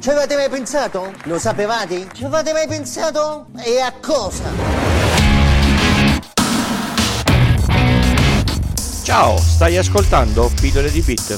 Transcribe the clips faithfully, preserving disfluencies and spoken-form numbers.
Ci avete mai pensato? Lo sapevate? Ci avete mai pensato? E a cosa? Ciao, stai ascoltando Pillole di Bit.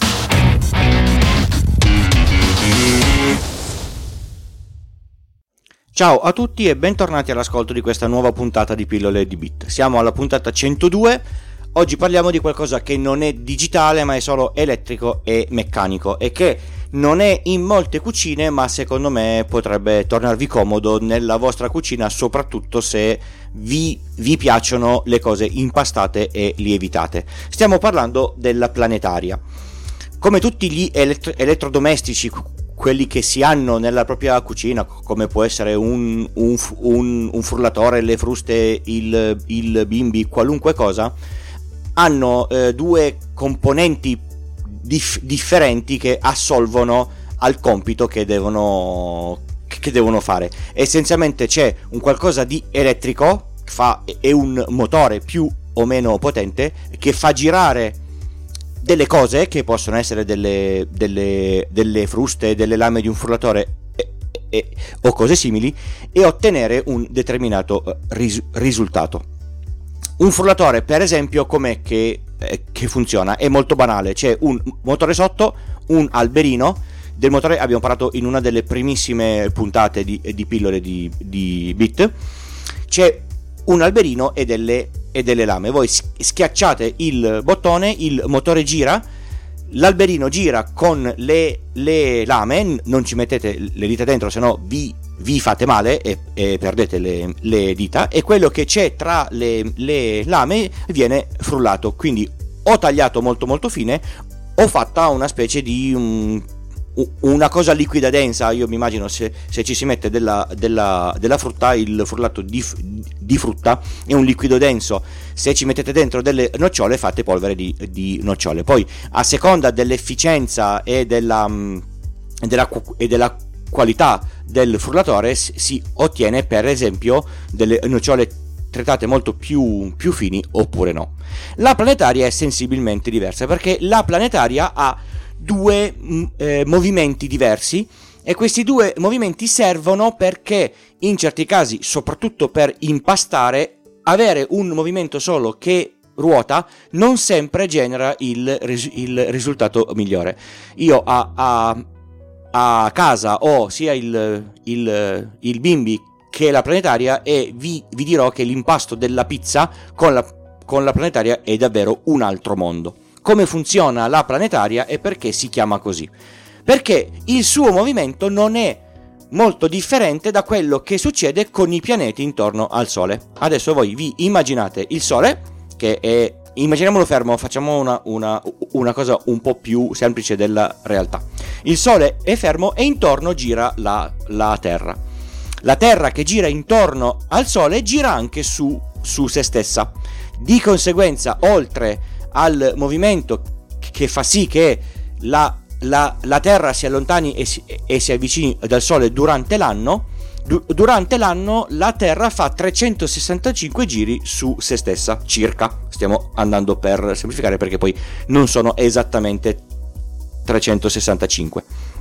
Ciao a tutti e bentornati all'ascolto di questa nuova puntata di Pillole di Bit. Siamo alla puntata centodue. Oggi parliamo di qualcosa che non è digitale ma è solo elettrico e meccanico e che non è in molte cucine, ma secondo me potrebbe tornarvi comodo nella vostra cucina, soprattutto se vi, vi piacciono le cose impastate e lievitate. Stiamo parlando della planetaria. Come tutti gli elettro- elettrodomestici, quelli che si hanno nella propria cucina, come può essere un, un, un, un frullatore, le fruste, il, il bimbi, qualunque cosa, hanno eh, due componenti dif- differenti che assolvono al compito che devono, che devono fare. Essenzialmente c'è un qualcosa di elettrico fa, e un motore più o meno potente che fa girare delle cose che possono essere delle, delle, delle fruste, delle lame di un frullatore e, e, o cose simili, e ottenere un determinato ris- risultato. Un frullatore, per esempio, com'è che, eh, che funziona? È molto banale: c'è un motore sotto, un alberino. Del motore abbiamo parlato in una delle primissime puntate di, di pillole di, di Bit. C'è un alberino e delle, e delle lame. Voi schiacciate il bottone, il motore gira, l'alberino gira con le, le lame, non ci mettete le dita dentro, se no vi vi fate male e, e perdete le, le dita, e quello che c'è tra le, le lame viene frullato. Quindi ho tagliato molto molto fine, ho fatta una specie di um, una cosa liquida densa. Io mi immagino se, se ci si mette della, della, della frutta, il frullato di, di frutta è un liquido denso. Se ci mettete dentro delle nocciole fate polvere di, di nocciole. Poi a seconda dell'efficienza e della, della, e della qualità del frullatore si ottiene, per esempio, delle nocciole trittate molto più, più fini oppure no. La planetaria è sensibilmente diversa perché la planetaria ha due eh, movimenti diversi, e questi due movimenti servono perché in certi casi, soprattutto per impastare, avere un movimento solo che ruota non sempre genera il, ris- il risultato migliore. Io a, a a casa ho sia il, il, il bimbi che la planetaria, e vi, vi dirò che l'impasto della pizza con la, con la planetaria è davvero un altro mondo. Come funziona la planetaria e perché si chiama così? Perché il suo movimento non è molto differente da quello che succede con i pianeti intorno al Sole. Adesso voi vi immaginate il Sole, che è, immaginiamolo fermo, facciamo una, una, una cosa un po' più semplice della realtà. Il Sole è fermo e intorno gira la, la Terra. La Terra, che gira intorno al Sole, gira anche su, su se stessa. Di conseguenza, oltre al movimento che fa sì che la, la, la Terra si allontani e si, e si avvicini dal Sole durante l'anno, du, durante l'anno la Terra fa trecentosessantacinque giri su se stessa, circa. Stiamo andando per semplificare perché poi non sono esattamente trecentosessantacinque.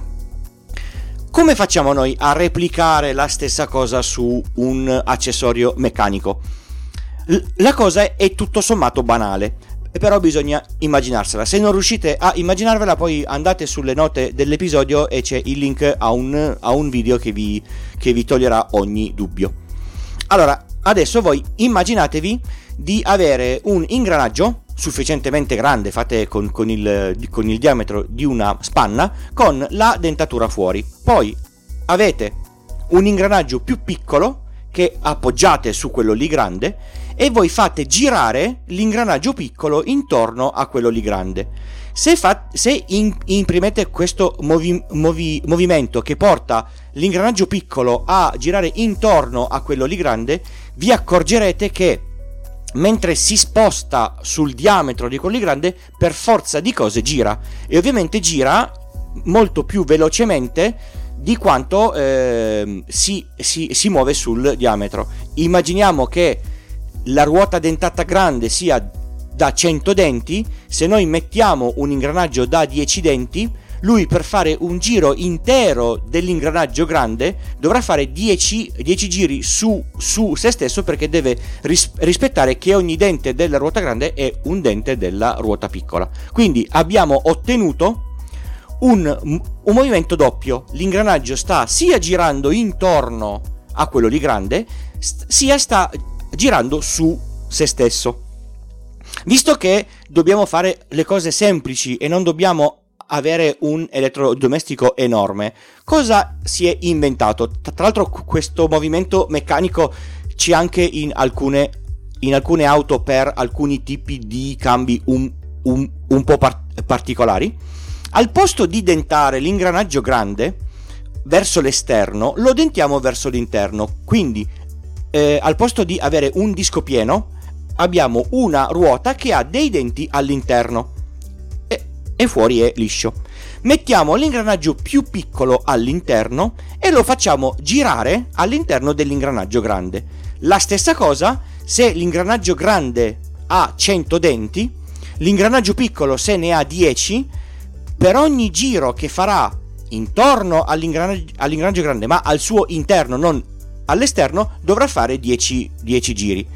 Come facciamo noi a replicare la stessa cosa su un accessorio meccanico? L- la cosa è tutto sommato banale, però bisogna immaginarsela. Se non riuscite a immaginarvela, poi andate sulle note dell'episodio e c'è il link a un, a un video che vi, che vi toglierà ogni dubbio. Allora, adesso voi immaginatevi di avere un ingranaggio sufficientemente grande, fate con, con, il, con il diametro di una spanna, con la dentatura fuori. Poi avete un ingranaggio più piccolo che appoggiate su quello lì grande, e voi fate girare l'ingranaggio piccolo intorno a quello lì grande. Se, fa, se in, imprimete questo movi, movi, movimento che porta l'ingranaggio piccolo a girare intorno a quello lì grande, vi accorgerete che mentre si sposta sul diametro di quello lì grande, per forza di cose gira, e ovviamente gira molto più velocemente di quanto eh, si, si, si muove sul diametro. Immaginiamo che la ruota dentata grande sia da cento denti, se noi mettiamo un ingranaggio da dieci denti, lui per fare un giro intero dell'ingranaggio grande dovrà fare dieci, dieci giri su, su se stesso, perché deve ris- rispettare che ogni dente della ruota grande è un dente della ruota piccola. Quindi abbiamo ottenuto un, un movimento doppio. L'ingranaggio sta sia girando intorno a quello di grande, st- sia sta girando su se stesso. Visto che dobbiamo fare le cose semplici e non dobbiamo avere un elettrodomestico enorme, cosa si è inventato? Tra l'altro questo movimento meccanico c'è anche in alcune, in alcune auto per alcuni tipi di cambi un, un, un po' par- particolari. Al posto di dentare l'ingranaggio grande verso l'esterno, lo dentiamo verso l'interno. Quindi eh, al posto di avere un disco pieno abbiamo una ruota che ha dei denti all'interno e, e fuori è liscio. Mettiamo l'ingranaggio più piccolo all'interno e lo facciamo girare all'interno dell'ingranaggio grande. La stessa cosa se l'ingranaggio grande ha cento denti, l'ingranaggio piccolo se ne ha dieci, per ogni giro che farà intorno all'ingranaggio, all'ingranaggio grande ma al suo interno, non all'esterno, dovrà fare dieci, dieci giri.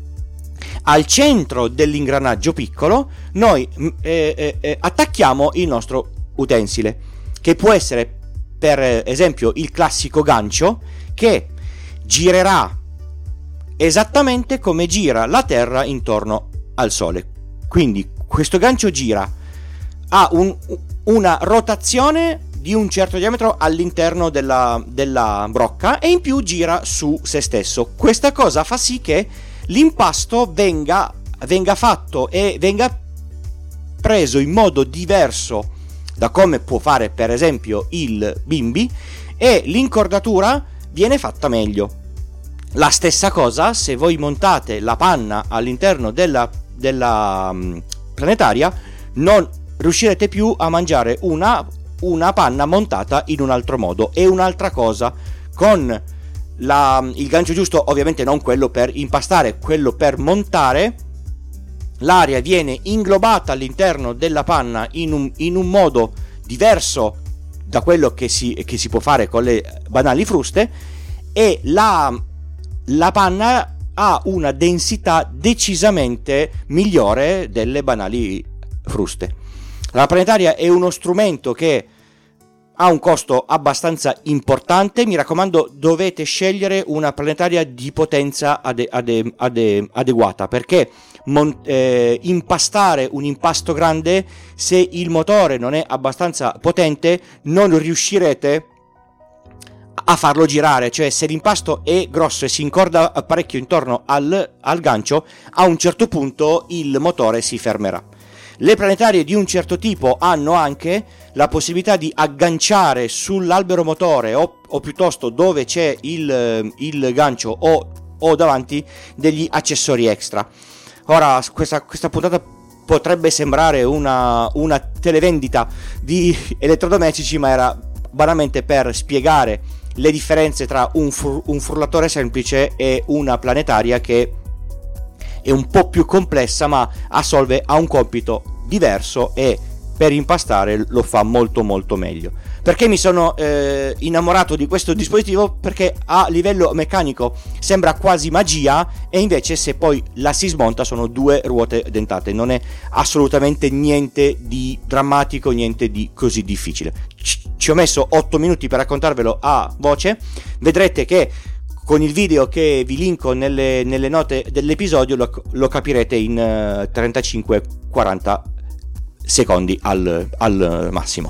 Al centro dell'ingranaggio piccolo noi eh, eh, attacchiamo il nostro utensile, che può essere per esempio il classico gancio che girerà esattamente come gira la Terra intorno al Sole. Quindi questo gancio gira, ha un, una rotazione di un certo diametro all'interno della, della brocca e in più gira su se stesso. Questa cosa fa sì che l'impasto venga, venga fatto e venga preso in modo diverso da come può fare per esempio il Bimby, e l'incordatura viene fatta meglio. La stessa cosa se voi montate la panna all'interno della, della um, planetaria, non riuscirete più a mangiare una, una panna montata in un altro modo. E un'altra cosa, con la, il gancio giusto, ovviamente non quello per impastare, quello per montare, l'aria viene inglobata all'interno della panna in un, in un modo diverso da quello che si, che si può fare con le banali fruste, e la, la panna ha una densità decisamente migliore delle banali fruste. La planetaria è uno strumento che ha un costo abbastanza importante. Mi raccomando, dovete scegliere una planetaria di potenza ade- ade- ade- adeguata, perché mon- eh, impastare un impasto grande, se il motore non è abbastanza potente, non riuscirete a farlo girare. Cioè, se l'impasto è grosso e si incorda parecchio intorno al, al gancio, a un certo punto il motore si fermerà. Le planetarie di un certo tipo hanno anche la possibilità di agganciare sull'albero motore o, o piuttosto dove c'è il, il gancio o, o davanti degli accessori extra. Ora, questa, questa puntata potrebbe sembrare una, una televendita di elettrodomestici, ma era banalmente per spiegare le differenze tra un, fur, un frullatore semplice e una planetaria che è un po' più complessa, ma assolve a un compito diverso e per impastare lo fa molto molto meglio. Perché mi sono eh, innamorato di questo dispositivo? Perché a livello meccanico sembra quasi magia, e invece se poi la si smonta sono due ruote dentate. Non è assolutamente niente di drammatico, niente di così difficile. C- ci ho messo otto minuti per raccontarvelo a voce. Vedrete che con il video che vi linko nelle, nelle note dell'episodio lo, lo capirete in uh, trentacinque quaranta secondi al, al massimo.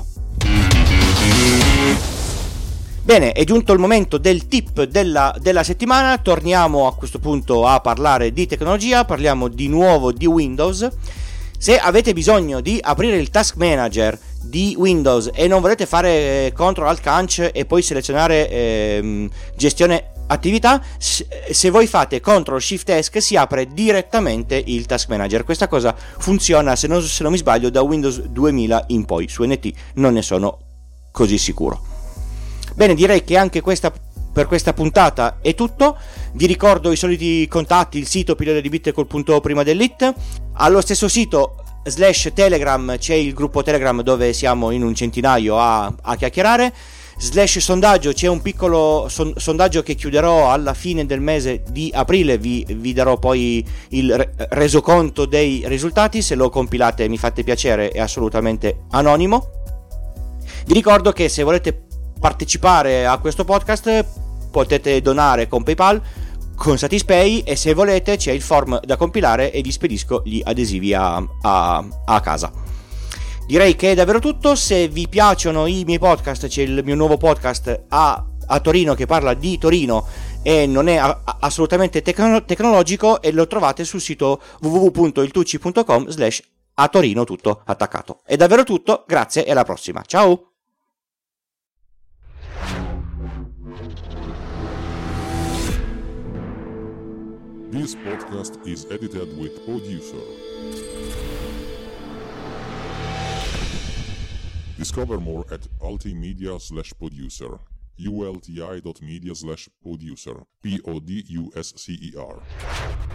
Bene, è giunto il momento del tip della, della settimana. Torniamo a questo punto a parlare di tecnologia, parliamo di nuovo di Windows. Se avete bisogno di aprire il Task Manager di Windows e non volete fare eh, Control Alt Canc e poi selezionare eh, gestione attività, se voi fate Control Shift Esc si apre direttamente il Task Manager. Questa cosa funziona, se non, se non mi sbaglio, da Windows duemila in poi. Su N T non ne sono così sicuro. Bene, direi che anche questa, per questa puntata è tutto. Vi ricordo i soliti contatti: il sito pillole di bit col punto prima dell'it. Allo stesso sito slash Telegram c'è il gruppo Telegram dove siamo in un centinaio a, a chiacchierare. Slash sondaggio c'è un piccolo son, sondaggio che chiuderò alla fine del mese di aprile, vi, vi darò poi il re, resoconto dei risultati, se lo compilate mi fate piacere, è assolutamente anonimo. Vi ricordo che se volete partecipare a questo podcast potete donare con PayPal, con Satispay, e se volete c'è il form da compilare e vi spedisco gli adesivi a, a, a casa. Direi che è davvero tutto. Se vi piacciono i miei podcast, c'è il mio nuovo podcast a, a Torino che parla di Torino e non è a, a, assolutamente tecno, tecnologico, e lo trovate sul sito w w w punto il tucci punto com slash a Torino, tutto attaccato. È davvero tutto, grazie e alla prossima, ciao! This podcast is edited with Producer. Discover more at ultimedia slash producer, ulti dot media slash producer, P O D U S C E R.